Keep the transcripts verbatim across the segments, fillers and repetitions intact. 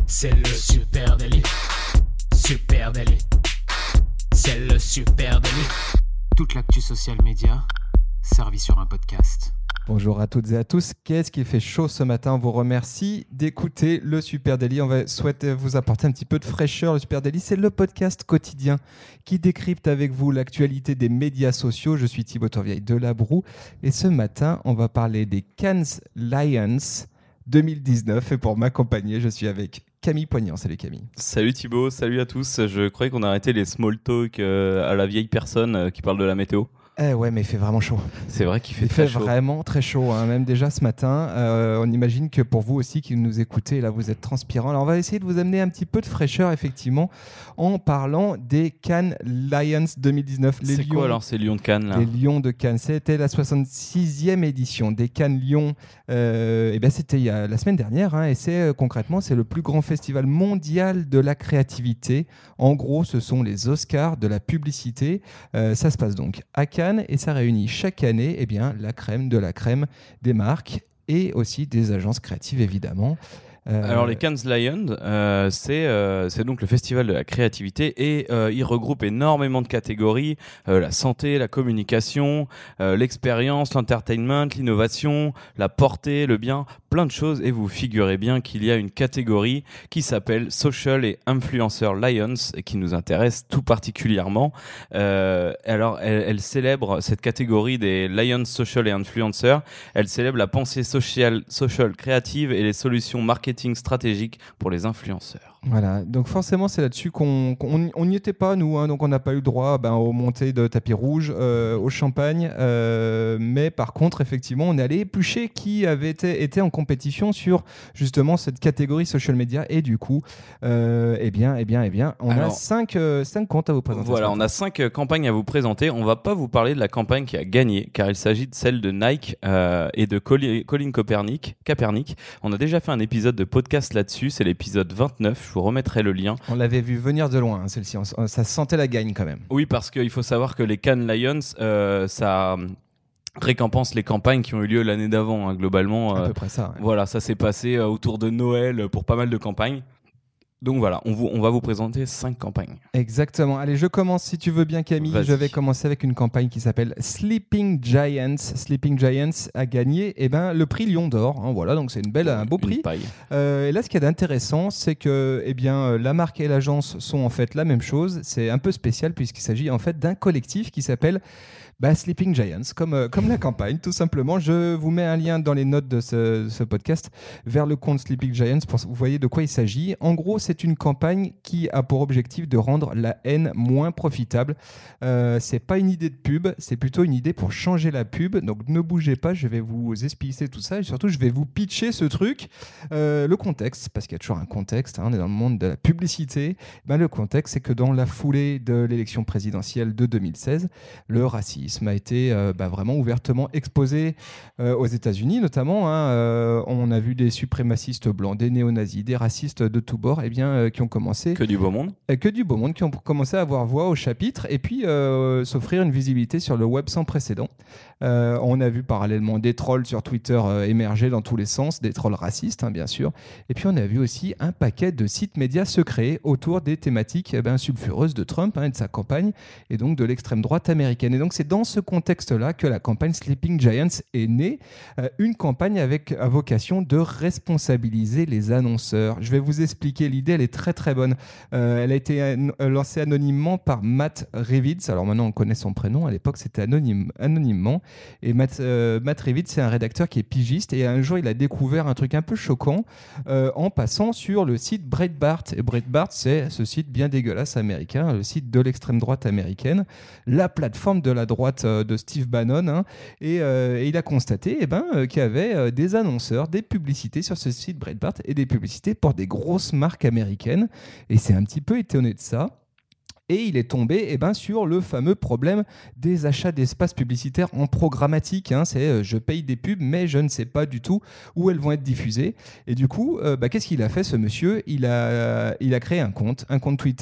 C'est le Super Daily. Super Daily. C'est le Super Daily. Toute l'actu social média servie sur un podcast. Bonjour à toutes et à tous. Qu'est-ce qui fait chaud ce matin? On vous remercie d'écouter le Super Daily. On va souhaiter vous apporter un petit peu de fraîcheur. Le Super Daily, c'est le podcast quotidien qui décrypte avec vous l'actualité des médias sociaux. Je suis Thibaut Tourvieille de Labroue et ce matin, on va parler des Cannes Lions deux mille dix-neuf. Et pour m'accompagner, je suis avec Camille Poignant. Salut Camille. Salut Thibaut, salut à tous. Je croyais qu'on arrêtait les small talk euh, à la vieille personne euh, qui parle de la météo. Eh ouais, mais il fait vraiment chaud. C'est vrai qu'il fait il très fait chaud. vraiment très chaud, hein. Même déjà ce matin. Euh, on imagine que pour vous aussi qui nous écoutez, là, vous êtes transpirant. Alors, on va essayer de vous amener un petit peu de fraîcheur, effectivement, en parlant des Cannes Lions deux mille dix-neuf. Les C'est Lions, quoi alors ces Lions de Cannes là? Les Lions de Cannes. C'était la soixante-sixième édition des Cannes Lions. Euh, et ben, c'était il y a, la semaine dernière. Hein, et c'est euh, concrètement, c'est le plus grand festival mondial de la créativité. En gros, ce sont les Oscars de la publicité. Euh, ça se passe donc à Cannes et ça réunit chaque année eh bien, la crème de la crème des marques et aussi des agences créatives, évidemment. Euh... Alors les Cannes Lions, euh, c'est, euh, c'est donc le festival de la créativité et euh, il regroupe énormément de catégories, euh, la santé, la communication, euh, l'expérience, l'entertainment, l'innovation, la portée, le bien, plein de choses. Et vous figurez bien qu'il y a une catégorie qui s'appelle Social et Influencer Lions et qui nous intéresse tout particulièrement. Euh, alors elle, elle célèbre cette catégorie des Lions Social et Influencer, elle célèbre la pensée sociale, social, créative et les solutions marketing stratégique pour les influenceurs. Voilà, donc forcément c'est là-dessus qu'on on n'y était pas nous, hein, donc on n'a pas eu le droit ben, aux montées de tapis rouge, euh, au champagne, euh, mais par contre effectivement on est allé éplucher qui avait été, été en compétition sur justement cette catégorie social media et du coup euh, eh bien, eh bien, eh bien, on Alors, a cinq, euh, cinq comptes à vous présenter. Voilà, on a cinq euh, campagnes à vous présenter. On va pas vous parler de la campagne qui a gagné car il s'agit de celle de Nike euh, et de Colin, Colin Kaepernick. Kaepernick. On a déjà fait un épisode de podcast là-dessus, c'est l'épisode vingt-neuf. Je vous remettrai le lien. On l'avait vu venir de loin, hein, celle-ci. On, ça sentait la gagne quand même. Oui, parce qu'il faut savoir que les Cannes Lions, euh, ça récompense les campagnes qui ont eu lieu l'année d'avant, hein, globalement. À euh, peu près ça. Ouais. Voilà, ça s'est passé euh, autour de Noël pour pas mal de campagnes. Donc voilà, on, vous, on va vous présenter cinq campagnes. Exactement. Allez, je commence si tu veux bien Camille. Vas-y. Je vais commencer avec une campagne qui s'appelle Sleeping Giants. Sleeping Giants a gagné eh ben, le prix Lion d'Or. Hein, voilà, donc c'est une belle, un beau une prix. Paille. Euh, et là, ce qui est intéressant, c'est que eh bien, la marque et l'agence sont en fait la même chose. C'est un peu spécial puisqu'il s'agit en fait d'un collectif qui s'appelle Bah, Sleeping Giants, comme, euh, comme la campagne, tout simplement. Je vous mets un lien dans les notes de ce, ce podcast vers le compte Sleeping Giants pour que vous voyez de quoi il s'agit. En gros, c'est une campagne qui a pour objectif de rendre la haine moins profitable. Euh, c'est pas une idée de pub, c'est plutôt une idée pour changer la pub. Donc ne bougez pas, je vais vous expliquer tout ça et surtout je vais vous pitcher ce truc. Euh, le contexte, parce qu'il y a toujours un contexte, hein, on est dans le monde de la publicité. Ben, le contexte, c'est que dans la foulée de l'élection présidentielle de deux mille seize, le racisme a été euh, bah, vraiment ouvertement exposé euh, aux États-Unis, notamment. Hein, euh, on a vu des suprémacistes blancs, des néo-nazis, des racistes de tous bords, eh bien, euh, qui ont commencé. Que du beau monde. Euh, que du beau monde, qui ont commencé à avoir voix au chapitre et puis euh, s'offrir une visibilité sur le web sans précédent. Euh, on a vu parallèlement des trolls sur Twitter euh, émerger dans tous les sens, des trolls racistes, hein, bien sûr. Et puis on a vu aussi un paquet de sites médias se créer autour des thématiques eh ben, sulfureuses de Trump hein, et de sa campagne, et donc de l'extrême droite américaine. Et donc c'est dans ce contexte-là que la campagne Sleeping Giants est née, euh, une campagne avec à vocation de responsabiliser les annonceurs. Je vais vous expliquer, l'idée elle est très très bonne. Euh, elle a été an- lancée anonymement par Matt Reeves. Alors maintenant on connaît son prénom, à l'époque c'était anonyme, anonymement. Et Matt, euh, Matt Reeves, c'est un rédacteur qui est pigiste et un jour il a découvert un truc un peu choquant euh, en passant sur le site Breitbart. Et Breitbart, c'est ce site bien dégueulasse américain, le site de l'extrême droite américaine, la plateforme de la droite euh, de Steve Bannon. Hein, et, euh, et il a constaté eh ben, euh, qu'il y avait euh, des annonceurs, des publicités sur ce site Breitbart et des publicités pour des grosses marques américaines. Et c'est un petit peu étonné de ça. Et il est tombé eh ben, sur le fameux problème des achats d'espaces publicitaires en programmatique. Hein. C'est euh, je paye des pubs, mais je ne sais pas du tout où elles vont être diffusées. Et du coup, euh, bah, qu'est-ce qu'il a fait ce monsieur ? il a, il a créé un compte, un compte Twitter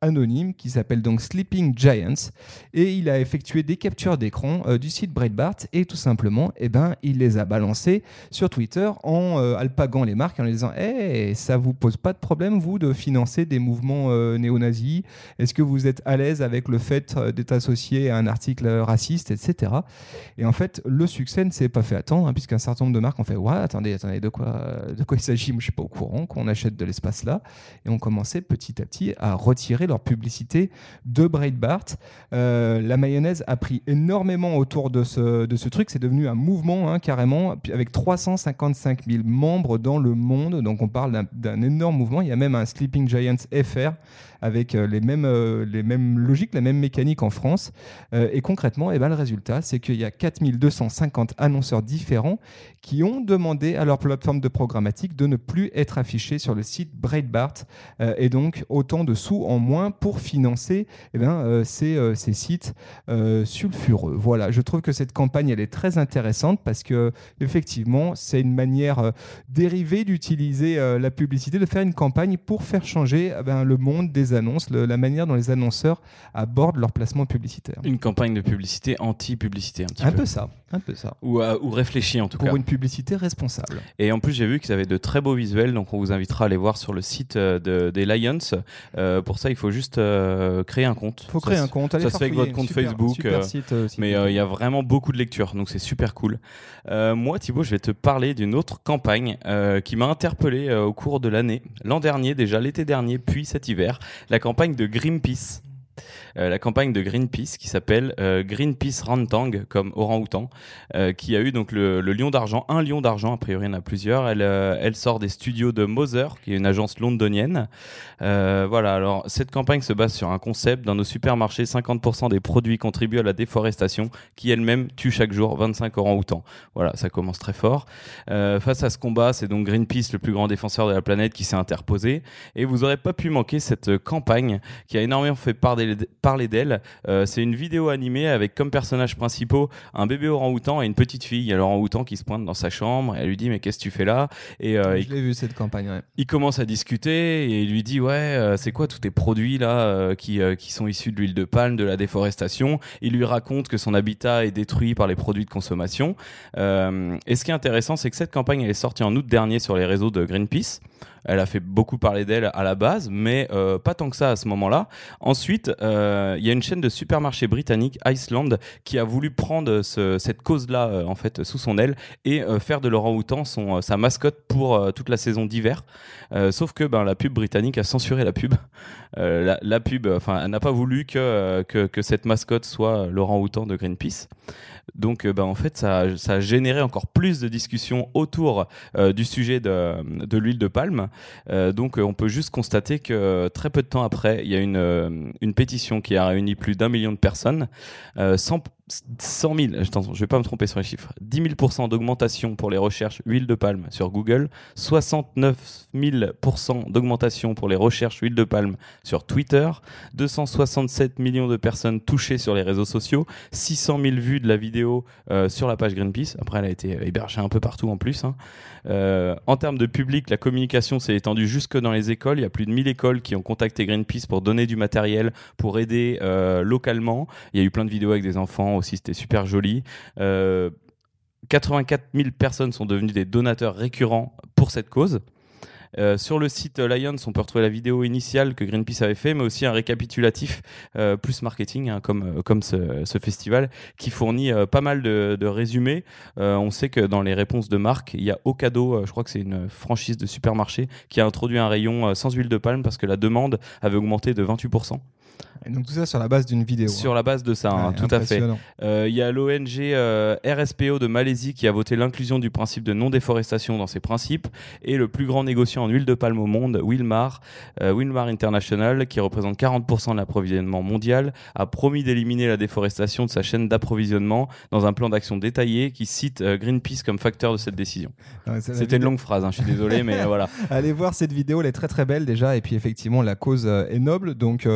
anonyme qui s'appelle donc Sleeping Giants et il a effectué des captures d'écran euh, du site Breitbart et tout simplement, eh ben, il les a balancés sur Twitter en euh, alpaguant les marques en leur disant hey, ça vous pose pas de problème vous de financer des mouvements euh, néo-nazis? Est-ce que vous êtes à l'aise avec le fait euh, d'être associé à un article raciste, et cetera. Et en fait, le succès ne s'est pas fait attendre hein, puisqu'un certain nombre de marques ont fait ouais, attendez, attendez, de quoi, de quoi il s'agit? Moi, je suis pas au courant qu'on achète de l'espace là et ont commencé petit à petit à retirer leur publicité de Breitbart. Euh, la mayonnaise a pris énormément autour de ce, de ce truc. C'est devenu un mouvement hein, carrément, avec trois cent cinquante-cinq mille membres dans le monde. Donc on parle d'un, d'un énorme mouvement. Il y a même un Sleeping Giants F R avec euh, les, mêmes, euh, les mêmes logiques, la même mécanique en France. Euh, et concrètement, eh ben, le résultat, c'est qu'il y a quatre mille deux cent cinquante annonceurs différents qui ont demandé à leur plateforme de programmatique de ne plus être affichés sur le site Breitbart euh, et donc autant de sous en moins pour financer eh ben, euh, ces, euh, ces sites euh, sulfureux. Voilà, je trouve que cette campagne elle est très intéressante parce que effectivement c'est une manière euh, dérivée d'utiliser euh, la publicité, de faire une campagne pour faire changer eh ben, le monde des annonces, le, la manière dont les annonceurs abordent leur placement publicitaire. Une campagne de publicité anti-publicité un petit un peu. peu ça, un peu ça. Ou, euh, ou réfléchi en tout pour cas. Une publicité responsable. Et en plus, j'ai vu qu'ils avaient de très beaux visuels, donc on vous invitera à aller voir sur le site de, des Lions. Euh, pour ça, il faut juste euh, créer un compte. Il faut ça créer se, un compte. Ça se fait avec votre compte super, Facebook. Super euh, site, euh, mais il euh, y a vraiment beaucoup de lectures, donc c'est super cool. Euh, moi, Thibaut, je vais te parler d'une autre campagne euh, qui m'a interpellé euh, au cours de l'année. L'an dernier, déjà l'été dernier, puis cet hiver, la campagne de Greenpeace. Euh, la campagne de Greenpeace qui s'appelle euh, Greenpeace Rantang comme orang-outan euh, qui a eu donc le, le lion d'argent, un lion d'argent, a priori il y en a plusieurs. Elle, euh, elle sort des studios de Moser qui est une agence londonienne. Euh, voilà, alors cette campagne se base sur un concept: dans nos supermarchés, cinquante pour cent des produits contribuent à la déforestation qui elle-même tue chaque jour vingt-cinq orang-outans. Voilà, ça commence très fort. Euh, face à ce combat, c'est donc Greenpeace, le plus grand défenseur de la planète, qui s'est interposé et vous n'aurez pas pu manquer cette campagne qui a énormément fait parler parler d'elle. Euh, c'est une vidéo animée avec comme personnages principaux un bébé orang-outan et une petite fille. Il y a l'orang-outan qui se pointe dans sa chambre et elle lui dit mais qu'est-ce que tu fais là? Et euh, je l'ai vu cette campagne. Ouais. Il commence à discuter et il lui dit ouais euh, c'est quoi tous tes produits là euh, qui euh, qui sont issus de l'huile de palme, de la déforestation. Il lui raconte que son habitat est détruit par les produits de consommation. Euh, et ce qui est intéressant, c'est que cette campagne elle est sortie en août dernier sur les réseaux de Greenpeace. Elle a fait beaucoup parler d'elle à la base, mais euh, pas tant que ça à ce moment-là. Ensuite, il euh, y a une chaîne de supermarchés britannique, Iceland, qui a voulu prendre ce, cette cause-là euh, en fait sous son aile et euh, faire de l'orang-outan son, euh, sa mascotte pour euh, toute la saison d'hiver. Euh, sauf que ben, la pub britannique a censuré la pub. Euh, la, la pub, enfin, elle n'a pas voulu que, euh, que, que cette mascotte soit l'orang-outan de Greenpeace. Donc, euh, bah, en fait, ça, ça a généré encore plus de discussions autour euh, du sujet de, de l'huile de palme. Euh, donc, euh, on peut juste constater que euh, très peu de temps après, il y a une, euh, une pétition qui a réuni plus d'un million de personnes. Euh, cent, cent mille, je ne vais pas me tromper sur les chiffres, dix mille pour cent d'augmentation pour les recherches huile de palme sur Google, soixante-neuf mille pour cent d'augmentation pour les recherches huile de palme sur Twitter, deux cent soixante-sept millions de personnes touchées sur les réseaux sociaux, six cent mille vues de la vidéo euh, sur la page Greenpeace. Après, elle a été hébergée un peu partout en plus. Hein. Euh, en termes de public, la communication s'est étendue jusque dans les écoles. Il y a plus de mille écoles qui ont contacté Greenpeace pour donner du matériel, pour aider euh, localement. Il y a eu plein de vidéos avec des enfants aussi, c'était super joli. Euh, quatre-vingt-quatre mille personnes sont devenues des donateurs récurrents pour cette cause. Euh, sur le site Lions, on peut retrouver la vidéo initiale que Greenpeace avait fait, mais aussi un récapitulatif euh, plus marketing, hein, comme, comme ce, ce festival, qui fournit euh, pas mal de, de résumés. Euh, on sait que dans les réponses de marque, il y a Ocado, euh, je crois que c'est une franchise de supermarché, qui a introduit un rayon euh, sans huile de palme parce que la demande avait augmenté de vingt-huit pour cent. Et donc tout ça sur la base d'une vidéo. Sur hein. la base de ça, ouais, hein, tout à fait. Il euh, y a l'O N G euh, R S P O de Malaisie qui a voté l'inclusion du principe de non-déforestation dans ses principes, et le plus grand négociant en huile de palme au monde, Wilmar, euh, Wilmar International, qui représente quarante pour cent de l'approvisionnement mondial, a promis d'éliminer la déforestation de sa chaîne d'approvisionnement dans un plan d'action détaillé qui cite euh, Greenpeace comme facteur de cette décision. Non, C'était vidéo... une longue phrase, hein, je suis désolé, mais voilà. Allez voir cette vidéo, elle est très très belle déjà, et puis effectivement la cause euh, est noble. Donc, euh, d'ailleurs,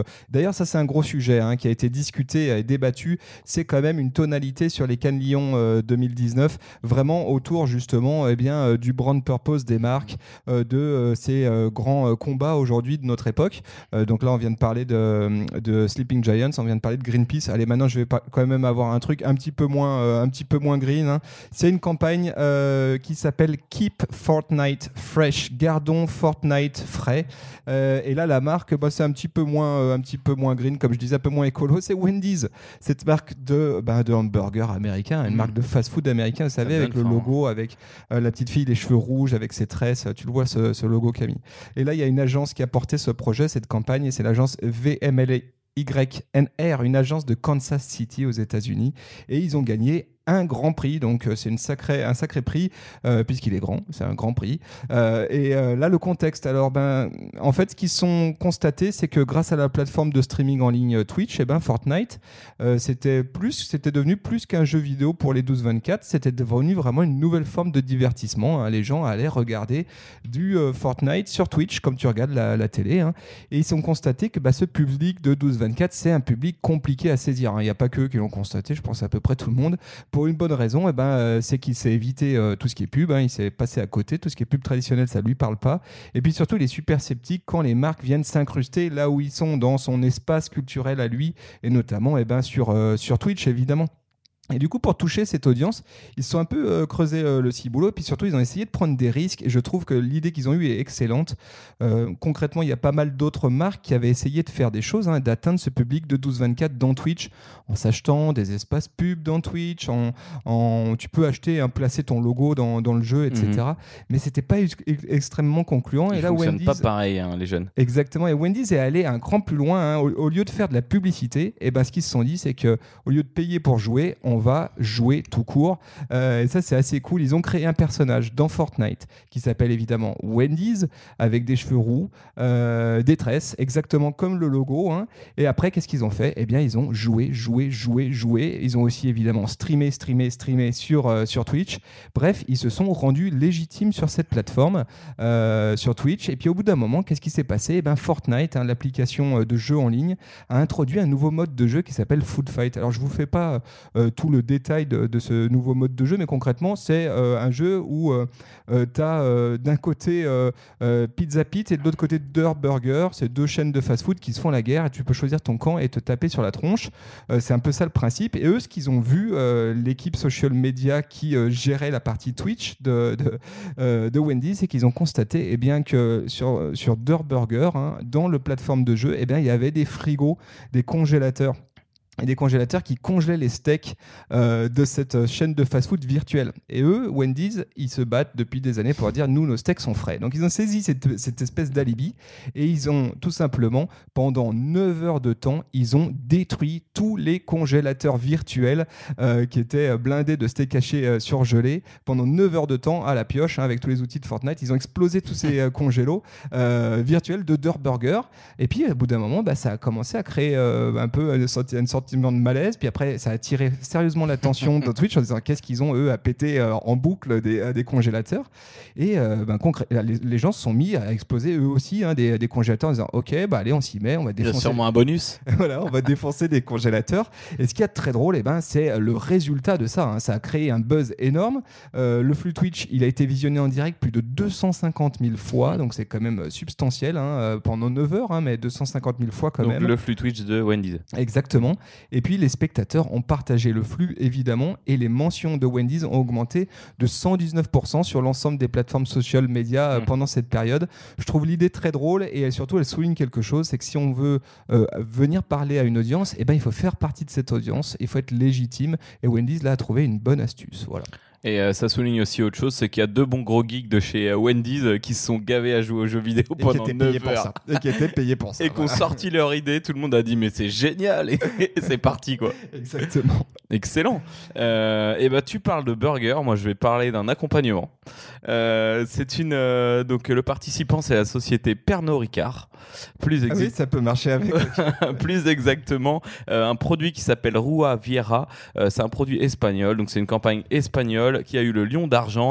d'ailleurs, ça c'est un gros sujet hein, qui a été discuté et débattu. C'est quand même une tonalité sur les Cannes Lyon euh, deux mille dix-neuf, vraiment autour justement eh bien, euh, du brand purpose des marques, euh, de euh, ces euh, grands euh, combats aujourd'hui de notre époque. Euh, donc là, on vient de parler de, de Sleeping Giants, on vient de parler de Greenpeace. Allez, maintenant, je vais pas, quand même avoir un truc un petit peu moins, euh, un petit peu moins green. Hein. C'est une campagne euh, qui s'appelle Keep Fortnite Fresh. Gardons Fortnite frais. Euh, et là, la marque, bah, c'est un petit peu moins, euh, un petit peu moins green, comme je disais, un peu moins écolo. C'est Wendy's, cette marque de, bah, de hamburger américain, une mmh. marque de fast-food américain, vous savez, avec le logo, avec euh, la petite fille, les cheveux rouges, avec ses tresses. Tu le vois, ce, ce logo Camille. Et là, il y a une agence qui a porté ce projet, cette campagne, et c'est l'agence V M L Y N R, une agence de Kansas City aux États-Unis, et ils ont gagné un grand prix, donc euh, c'est une sacrée, un sacré prix euh, puisqu'il est grand, c'est un grand prix. Euh, et euh, là, le contexte, alors ben, en fait, ce qu'ils sont constatés, c'est que grâce à la plateforme de streaming en ligne Twitch, eh ben Fortnite, euh, c'était plus, c'était devenu plus qu'un jeu vidéo pour les douze vingt-quatre, c'était devenu vraiment une nouvelle forme de divertissement. Hein. Les gens allaient regarder du euh, Fortnite sur Twitch, comme tu regardes la, la télé, hein. Et ils ont constaté que bah, ce public de douze vingt-quatre, c'est un public compliqué à saisir. Hein. Il n'y a pas qu'eux qui l'ont constaté, je pense à peu près tout le monde. Pour une bonne raison, eh ben, euh, c'est qu'il s'est évité euh, tout ce qui est pub, hein, il s'est passé à côté, tout ce qui est pub traditionnel, ça lui parle pas. Et puis surtout, il est super sceptique quand les marques viennent s'incruster là où ils sont dans son espace culturel à lui, et notamment eh ben, sur, euh, sur Twitch, évidemment. Et du coup, pour toucher cette audience, ils se sont un peu euh, creusé euh, le ciboulot, et puis surtout, ils ont essayé de prendre des risques, et je trouve que l'idée qu'ils ont eue est excellente. Euh, concrètement, il y a pas mal d'autres marques qui avaient essayé de faire des choses, hein, d'atteindre ce public de douze vingt-quatre dans Twitch, en s'achetant des espaces pubs dans Twitch, en, en, tu peux acheter, hein, placer ton logo dans, dans le jeu, et cetera. Mm-hmm. Mais c'était pas ex- extrêmement concluant. Ils et là, fonctionnent Wendy's, pas pareil, hein, les jeunes. Exactement, et Wendy's est allé un cran plus loin. Hein. Au, au lieu de faire de la publicité, et ben, ce qu'ils se sont dit, c'est que au lieu de payer pour jouer, on va jouer tout court. Euh, et ça, c'est assez cool. Ils ont créé un personnage dans Fortnite qui s'appelle évidemment Wendy's, avec des cheveux roux, euh, des tresses, exactement comme le logo. Hein. Et après, qu'est-ce qu'ils ont fait ? Eh bien, ils ont joué, joué, joué, joué. Ils ont aussi évidemment streamé, streamé, streamé sur, euh, sur Twitch. Bref, ils se sont rendus légitimes sur cette plateforme, euh, sur Twitch. Et puis, au bout d'un moment, qu'est-ce qui s'est passé ? Eh bien, Fortnite, hein, l'application de jeu en ligne, a introduit un nouveau mode de jeu qui s'appelle Food Fight. Alors, je ne vous fais pas euh, tout le détail de de ce nouveau mode de jeu, mais concrètement c'est euh, un jeu où euh, euh, tu as euh, d'un côté euh, euh, Pizza Pit et de l'autre côté Dirt Burger, c'est deux chaînes de fast-food qui se font la guerre et tu peux choisir ton camp et te taper sur la tronche. Euh, c'est un peu ça le principe, et eux ce qu'ils ont vu, euh, l'équipe social media qui euh, gérait la partie Twitch de, de, euh, de Wendy's, c'est qu'ils ont constaté eh bien, que sur, sur Dirt Burger, hein, dans le plateforme de jeu, eh bien, il y avait des frigos, des congélateurs et des congélateurs qui congelaient les steaks euh, de cette chaîne de fast-food virtuelle. Et eux, Wendy's, ils se battent depuis des années pour dire « nous, nos steaks sont frais ». Donc ils ont saisi cette, cette espèce d'alibi et ils ont tout simplement, pendant neuf heures de temps, ils ont détruit tous les congélateurs virtuels euh, qui étaient blindés de steaks hachés euh, surgelés. Pendant neuf heures de temps, à la pioche, hein, avec tous les outils de Fortnite, ils ont explosé tous ces euh, congélos euh, virtuels de Dirt Burger. Et puis, au bout d'un moment, bah, ça a commencé à créer euh, un peu une sorte, une sorte de malaise, puis après ça a attiré sérieusement l'attention de Twitch en disant qu'est-ce qu'ils ont eux à péter euh, en boucle des, des congélateurs, et euh, ben, concré- les, les gens se sont mis à exploser eux aussi, hein, des, des congélateurs en disant ok bah allez on s'y met, on va défoncer. Il y a sûrement un bonus. Voilà, on va défoncer des congélateurs. Et ce qui est très drôle, eh ben, c'est le résultat de ça, hein. Ça a créé un buzz énorme. Euh, le flux Twitch, il a été visionné en direct plus de deux cent cinquante mille fois, donc c'est quand même substantiel, hein, pendant neuf heures, hein, mais deux cent cinquante mille fois quand donc même. Donc le flux Twitch de Wendy's. Exactement. Et puis les spectateurs ont partagé le flux évidemment, et les mentions de Wendy's ont augmenté de cent dix-neuf pour cent sur l'ensemble des plateformes social media mmh. pendant cette période. Je trouve l'idée très drôle, et surtout elle souligne quelque chose, c'est que si on veut euh, venir parler à une audience, eh ben, il faut faire partie de cette audience, il faut être légitime, et Wendy's là a trouvé une bonne astuce. Voilà. Et euh, ça souligne aussi autre chose, c'est qu'il y a deux bons gros geeks de chez euh, Wendy's euh, qui se sont gavés à jouer aux jeux vidéo et pendant neuf heures. Et qui étaient payés pour ça. Et qui ont sorti leur idée, tout le monde a dit mais c'est génial, et, et c'est parti quoi. Exactement. Excellent. Euh, et bah tu parles de burger, moi je vais parler d'un accompagnement. Euh, c'est une euh, donc le participant c'est la société Pernod Ricard. Plus exa- ah oui, ça peut marcher avec. Plus exactement, euh, un produit qui s'appelle Rua Vieja. Euh, c'est un produit espagnol, donc c'est une campagne espagnole qui a eu le Lion d'argent,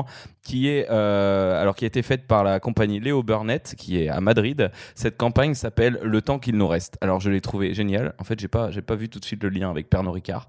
qui est euh, alors qui a été faite par la compagnie Léo Burnett, qui est à Madrid. Cette campagne s'appelle Le temps qu'il nous reste. Alors je l'ai trouvé génial. En fait, j'ai pas j'ai pas vu tout de suite le lien avec Pernod Ricard.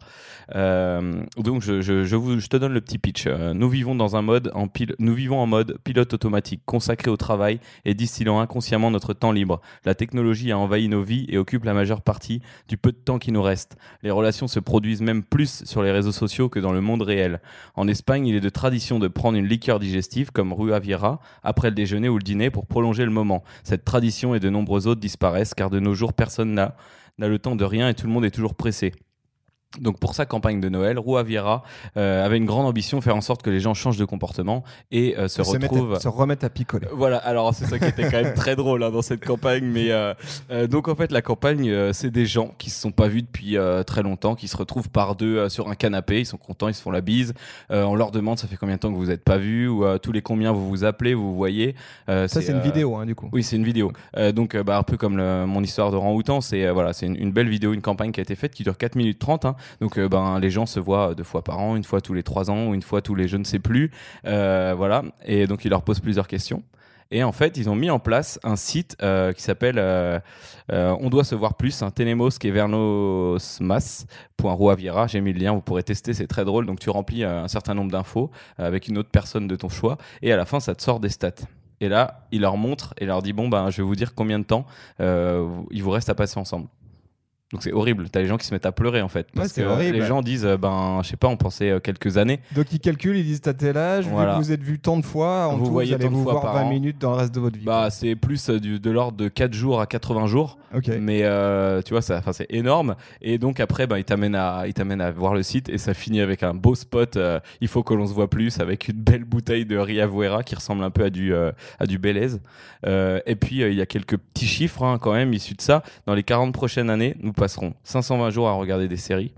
Euh, donc je, je, je, vous, je te donne le petit pitch. Euh, nous vivons dans un mode en pil- nous vivons en mode pilote automatique, consacré au travail et distillant inconsciemment notre temps libre. La technologie a envahi nos vies et occupe la majeure partie du peu de temps qui nous reste. Les relations se produisent même plus sur les réseaux sociaux que dans le monde réel. En Espagne, il est de tradition de prendre une liqueur digestive comme Rua Viera après le déjeuner ou le dîner pour prolonger le moment. Cette tradition et de nombreux autres disparaissent car de nos jours, personne n'a, n'a le temps de rien et tout le monde est toujours pressé. Donc pour sa campagne de Noël, Rua Viera euh, avait une grande ambition, faire en sorte que les gens changent de comportement et euh, se, se retrouvent... À, se remettent à picoler. Voilà, alors c'est ça qui était quand même très drôle hein, dans cette campagne. Mais euh, euh, donc en fait la campagne, euh, c'est des gens qui se sont pas vus depuis euh, très longtemps, qui se retrouvent par deux euh, sur un canapé, ils sont contents, ils se font la bise. Euh, on leur demande ça fait combien de temps que vous êtes pas vus ou euh, tous les combien vous vous appelez, vous vous voyez. Euh, ça c'est, c'est une euh... vidéo hein, du coup. Oui c'est une vidéo. Euh, donc euh, bah, un peu comme le, mon histoire de Orang-Outan, c'est euh, voilà, c'est une, une belle vidéo, une campagne qui a été faite qui dure quatre minutes trente. Hein. Donc euh, ben les gens se voient deux fois par an, une fois tous les trois ans ou une fois tous les je ne sais plus. Euh, voilà. Et donc, ils leur posent plusieurs questions. Et en fait, ils ont mis en place un site euh, qui s'appelle euh, euh, On doit se voir plus, hein, Tenemos que vernos más point rua viera. J'ai mis le lien, vous pourrez tester, c'est très drôle. Donc, tu remplis euh, un certain nombre d'infos euh, avec une autre personne de ton choix. Et à la fin, ça te sort des stats. Et là, il leur montre et leur dit bon, ben, je vais vous dire combien de temps euh, il vous reste à passer ensemble. Donc c'est horrible, t'as les gens qui se mettent à pleurer en fait parce ouais, que horrible. Les gens disent ben je sais pas, on pensait euh, quelques années. Donc ils calculent, ils disent t'as tel âge, voilà. Vu que vous êtes vu tant de fois, en vous tout voyez vous allez vous voir vingt an. minutes dans le reste de votre vie. Bah quoi. C'est plus euh, du, de l'ordre de quatre jours à quatre-vingts jours. Okay. Mais euh, tu vois ça, enfin c'est énorme. Et donc après ben ils t'amènent à ils t'amènent à voir le site et ça finit avec un beau spot. Euh, il faut que l'on se voit plus avec une belle bouteille de Riavuera qui ressemble un peu à du euh, à du Bélez. Euh, et puis il euh, y a quelques petits chiffres hein, quand même issus de ça. Dans les quarante prochaines années, nous passerons cinq cent vingt jours à regarder des séries,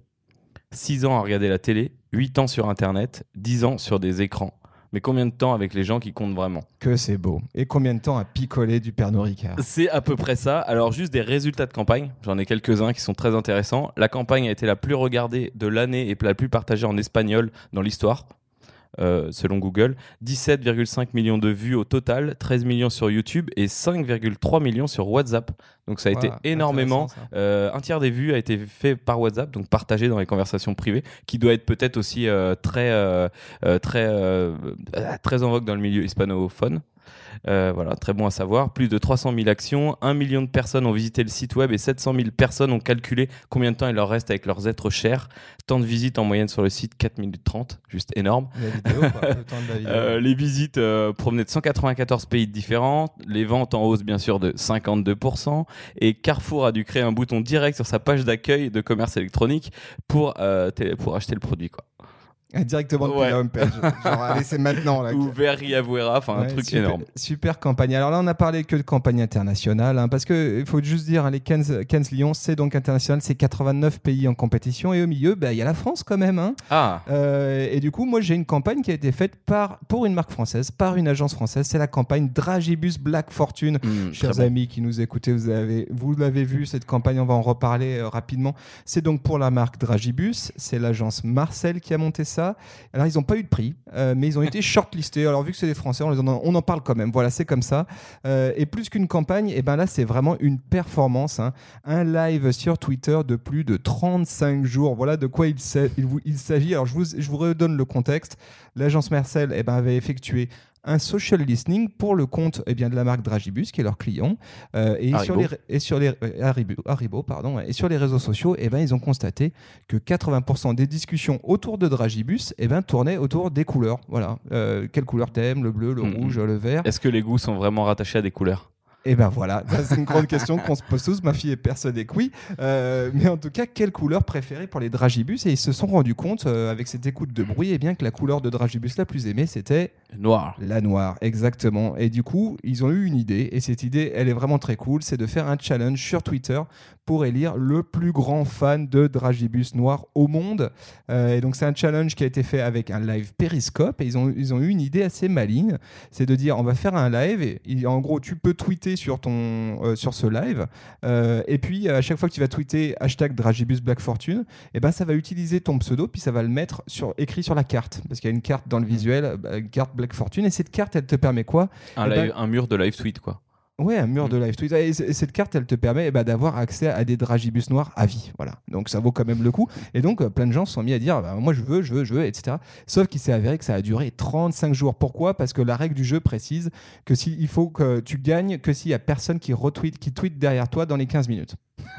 six ans à regarder la télé, huit ans sur Internet, dix ans sur des écrans. Mais combien de temps avec les gens qui comptent vraiment ? Que c'est beau. Et combien de temps à picoler du Pernod Ricard ? C'est à peu près ça. Alors juste des résultats de campagne, j'en ai quelques-uns qui sont très intéressants. La campagne a été la plus regardée de l'année et la plus partagée en espagnol dans l'histoire. Euh, selon Google, dix-sept virgule cinq millions de vues au total, treize millions sur YouTube et cinq virgule trois millions sur WhatsApp. Donc ça a wow, été énormément. Euh, un tiers des vues a été fait par WhatsApp, donc partagé dans les conversations privées, qui doit être peut-être aussi euh, très, euh, euh, très, euh, très en vogue dans le milieu hispanophone. Euh, voilà, très bon à savoir. Plus de trois cent mille actions, un million de personnes ont visité le site web et sept cent mille personnes ont calculé combien de temps il leur reste avec leurs êtres chers. Temps de visite en moyenne sur le site, quatre minutes trente, juste énorme. La vidéo, quoi, le temps de la vidéo. Euh, les visites euh, provenaient de cent quatre-vingt-quatorze pays différents, les ventes en hausse bien sûr de cinquante-deux pour cent et Carrefour a dû créer un bouton direct sur sa page d'accueil de commerce électronique pour, euh, télé- pour acheter le produit quoi. Directement depuis ouais. la homepage. Genre, allez, c'est maintenant. Là, ou vers Riavuera, enfin ouais, un truc super, énorme. Super campagne. Alors là, on a parlé que de campagne internationale, hein, parce qu'il faut juste dire, hein, les Cannes, Cannes Lyon, c'est donc international, c'est quatre-vingt-neuf pays en compétition, et au milieu, il bah, y a la France quand même. Hein. Ah. Euh, et du coup, moi, j'ai une campagne qui a été faite par, pour une marque française, par une agence française. C'est la campagne Dragibus Black Fortune. Mmh, Chers amis bon. qui nous écoutez, vous, avez, vous l'avez vu, cette campagne, on va en reparler euh, rapidement. C'est donc pour la marque Dragibus. C'est l'agence Marcel qui a monté ça. Alors, ils n'ont pas eu de prix, euh, mais ils ont été shortlistés. Alors, vu que c'est des Français, on, les en, on en parle quand même. Voilà, c'est comme ça. Euh, et plus qu'une campagne, et ben là, c'est vraiment une performance. Hein. Un live sur Twitter de plus de trente-cinq jours. Voilà de quoi il, il, il s'agit. Alors, je vous, je vous redonne le contexte. L'agence Marcel eh ben, avait effectué un social listening pour le compte eh bien, de la marque Dragibus, qui est leur client. Euh, et, sur les, et sur les euh, Haribo, Haribo, pardon, et sur les réseaux sociaux, eh ben, ils ont constaté que quatre-vingts pour cent des discussions autour de Dragibus eh ben, tournaient autour des couleurs. Voilà. Euh, quelle couleur t'aimes ? Le bleu, le mmh. rouge, le vert. Est-ce que les goûts sont vraiment rattachés à des couleurs ? Et ben voilà, ça, c'est une grande question qu'on se pose tous. Ma fille est persuadée que oui. Euh, mais en tout cas, quelle couleur préférée pour les Dragibus ? Et ils se sont rendus compte, euh, avec cette écoute de bruit, eh bien, que la couleur de Dragibus la plus aimée, c'était... Noir. La noire, exactement. Et du coup, ils ont eu une idée. Et cette idée, elle est vraiment très cool. C'est de faire un challenge sur Twitter pour élire le plus grand fan de Dragibus noir au monde. Euh, et donc, c'est un challenge qui a été fait avec un live Periscope. Et ils ont, ils ont eu une idée assez maligne. C'est de dire, on va faire un live. Et, et en gros, tu peux tweeter tweeter sur, ton, euh, sur ce live. Euh, et puis, à chaque fois que tu vas tweeter hashtag Dragibus Black Fortune, eh ben, ça va utiliser ton pseudo, puis ça va le mettre sur, écrit sur la carte. Parce qu'il y a une carte dans le visuel, une carte Black Fortune. Et cette carte, elle te permet quoi ? un, eh live, ben, un mur de live tweet, quoi. Ouais, un mur de live tweet. Et cette carte, elle te permet eh ben, d'avoir accès à des dragibus noirs à vie. Voilà. Donc ça vaut quand même le coup. Et donc, plein de gens se sont mis à dire bah, moi, je veux, je veux, je veux, et cetera. Sauf qu'il s'est avéré que ça a duré trente-cinq jours. Pourquoi ? Parce que la règle du jeu précise que si, il faut que tu gagnes que s'il y a personne qui retweet, qui tweet derrière toi dans les quinze minutes.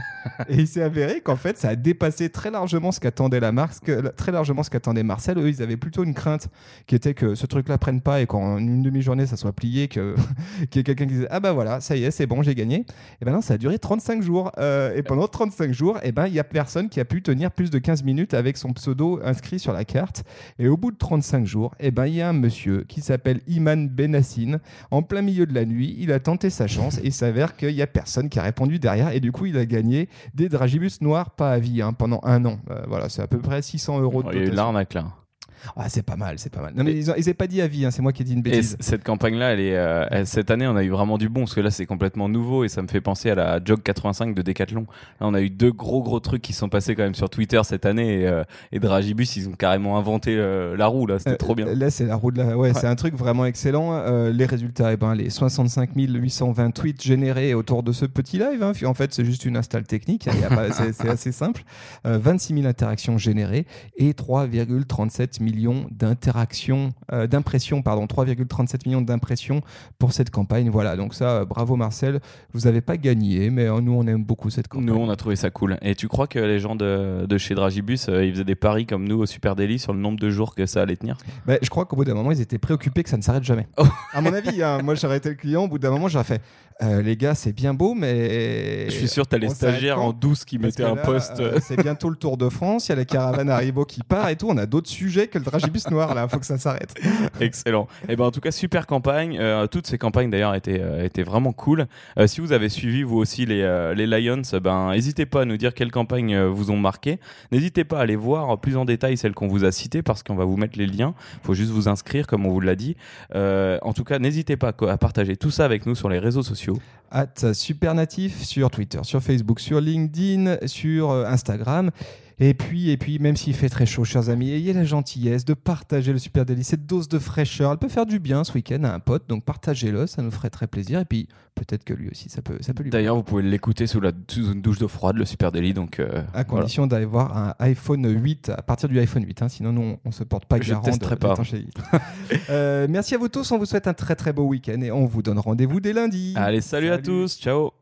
Et il s'est avéré qu'en fait, ça a dépassé très largement ce qu'attendait la marque, que, très largement ce qu'attendait Marcel. Eux, ils avaient plutôt une crainte qui était que ce truc-là prenne pas et qu'en une demi-journée, ça soit plié, que, qu'il y ait quelqu'un qui disait ah bah voilà, ça y est, c'est bon, j'ai gagné. Et ben non, ça a duré trente-cinq jours. Euh, et pendant trente-cinq jours, et ben il y a personne qui a pu tenir plus de quinze minutes avec son pseudo inscrit sur la carte. Et au bout de trente-cinq jours, et ben il y a un monsieur qui s'appelle Iman Benassine. En plein milieu de la nuit, il a tenté sa chance et il s'avère qu'il y a personne qui a répondu derrière. Et du coup, il a gagné des dragibus noirs pas à vie hein, pendant un an. Euh, voilà, c'est à peu près six cents euros de Il y a eu de l'arnaque là. Ah, c'est pas mal, c'est pas mal. Non, mais ils n'avaient pas dit à vie, hein, c'est moi qui ai dit une bêtise. Et cette campagne-là, elle est, euh, elle, cette année, on a eu vraiment du bon, parce que là, c'est complètement nouveau, et ça me fait penser à la Jog quatre-vingt-cinq de Decathlon. Là, on a eu deux gros, gros trucs qui sont passés quand même sur Twitter cette année, et, euh, et Dragibus, ils ont carrément inventé euh, la roue, là, c'était euh, trop bien. Là, c'est la roue de la... Ouais, ouais. C'est un truc vraiment excellent. Euh, les résultats, eh ben, les soixante-cinq mille huit cent vingt tweets générés autour de ce petit live, hein. En fait, c'est juste une install technique, hein, y a pas... c'est, c'est assez simple. Euh, vingt-six mille interactions générées, et trois virgule trente-sept millions d'interactions Euh, d'impressions, pardon, trois virgule trente-sept millions d'impressions pour cette campagne. Voilà, donc ça, euh, bravo Marcel, vous n'avez pas gagné, mais euh, nous on aime beaucoup cette campagne. Nous on a trouvé ça cool. Et tu crois que les gens de, de chez Dragibus, euh, ils faisaient des paris comme nous au Super Daily sur le nombre de jours que ça allait tenir ? Bah, je crois qu'au bout d'un moment, ils étaient préoccupés que ça ne s'arrête jamais. Oh. À mon avis, hein, moi j'aurais été le client, au bout d'un moment, j'aurais fait euh, les gars, c'est bien beau, mais. Je suis sûr que tu as les stagiaires en douce qui mettaient un post. Euh, c'est bientôt le Tour de France, il y a la caravane Haribo qui part et tout. On a d'autres sujets que le Dragibus noir, là, il faut que ça s'arrête. Excellent. Et ben en tout cas super campagne. Euh, toutes ces campagnes d'ailleurs étaient euh, étaient vraiment cool. Euh, si vous avez suivi vous aussi les euh, les Lions, ben n'hésitez pas à nous dire quelles campagnes euh, vous ont marqué. N'hésitez pas à aller voir plus en détail celles qu'on vous a citées parce qu'on va vous mettre les liens. Il faut juste vous inscrire comme on vous l'a dit. Euh, en tout cas n'hésitez pas à partager tout ça avec nous sur les réseaux sociaux. At Supernatif sur Twitter, sur Facebook, sur LinkedIn, sur euh, Instagram. Et puis, et puis, même s'il fait très chaud, chers amis, ayez la gentillesse de partager le Super Daily, cette dose de fraîcheur. Elle peut faire du bien ce week-end à un pote, donc partagez-le, ça nous ferait très plaisir. Et puis, peut-être que lui aussi, ça peut, ça peut lui. D'ailleurs, vous pouvez l'écouter sous, la, sous une douche d'eau froide, le Super Daily. Donc, euh, à condition voilà. d'aller voir un iPhone huit, à partir du iPhone huit. Hein, sinon, nous, on ne se porte pas garant de l'étanchéité. euh, merci à vous tous, on vous souhaite un très très beau week-end et on vous donne rendez-vous dès lundi. Allez, salut, salut. à tous, ciao.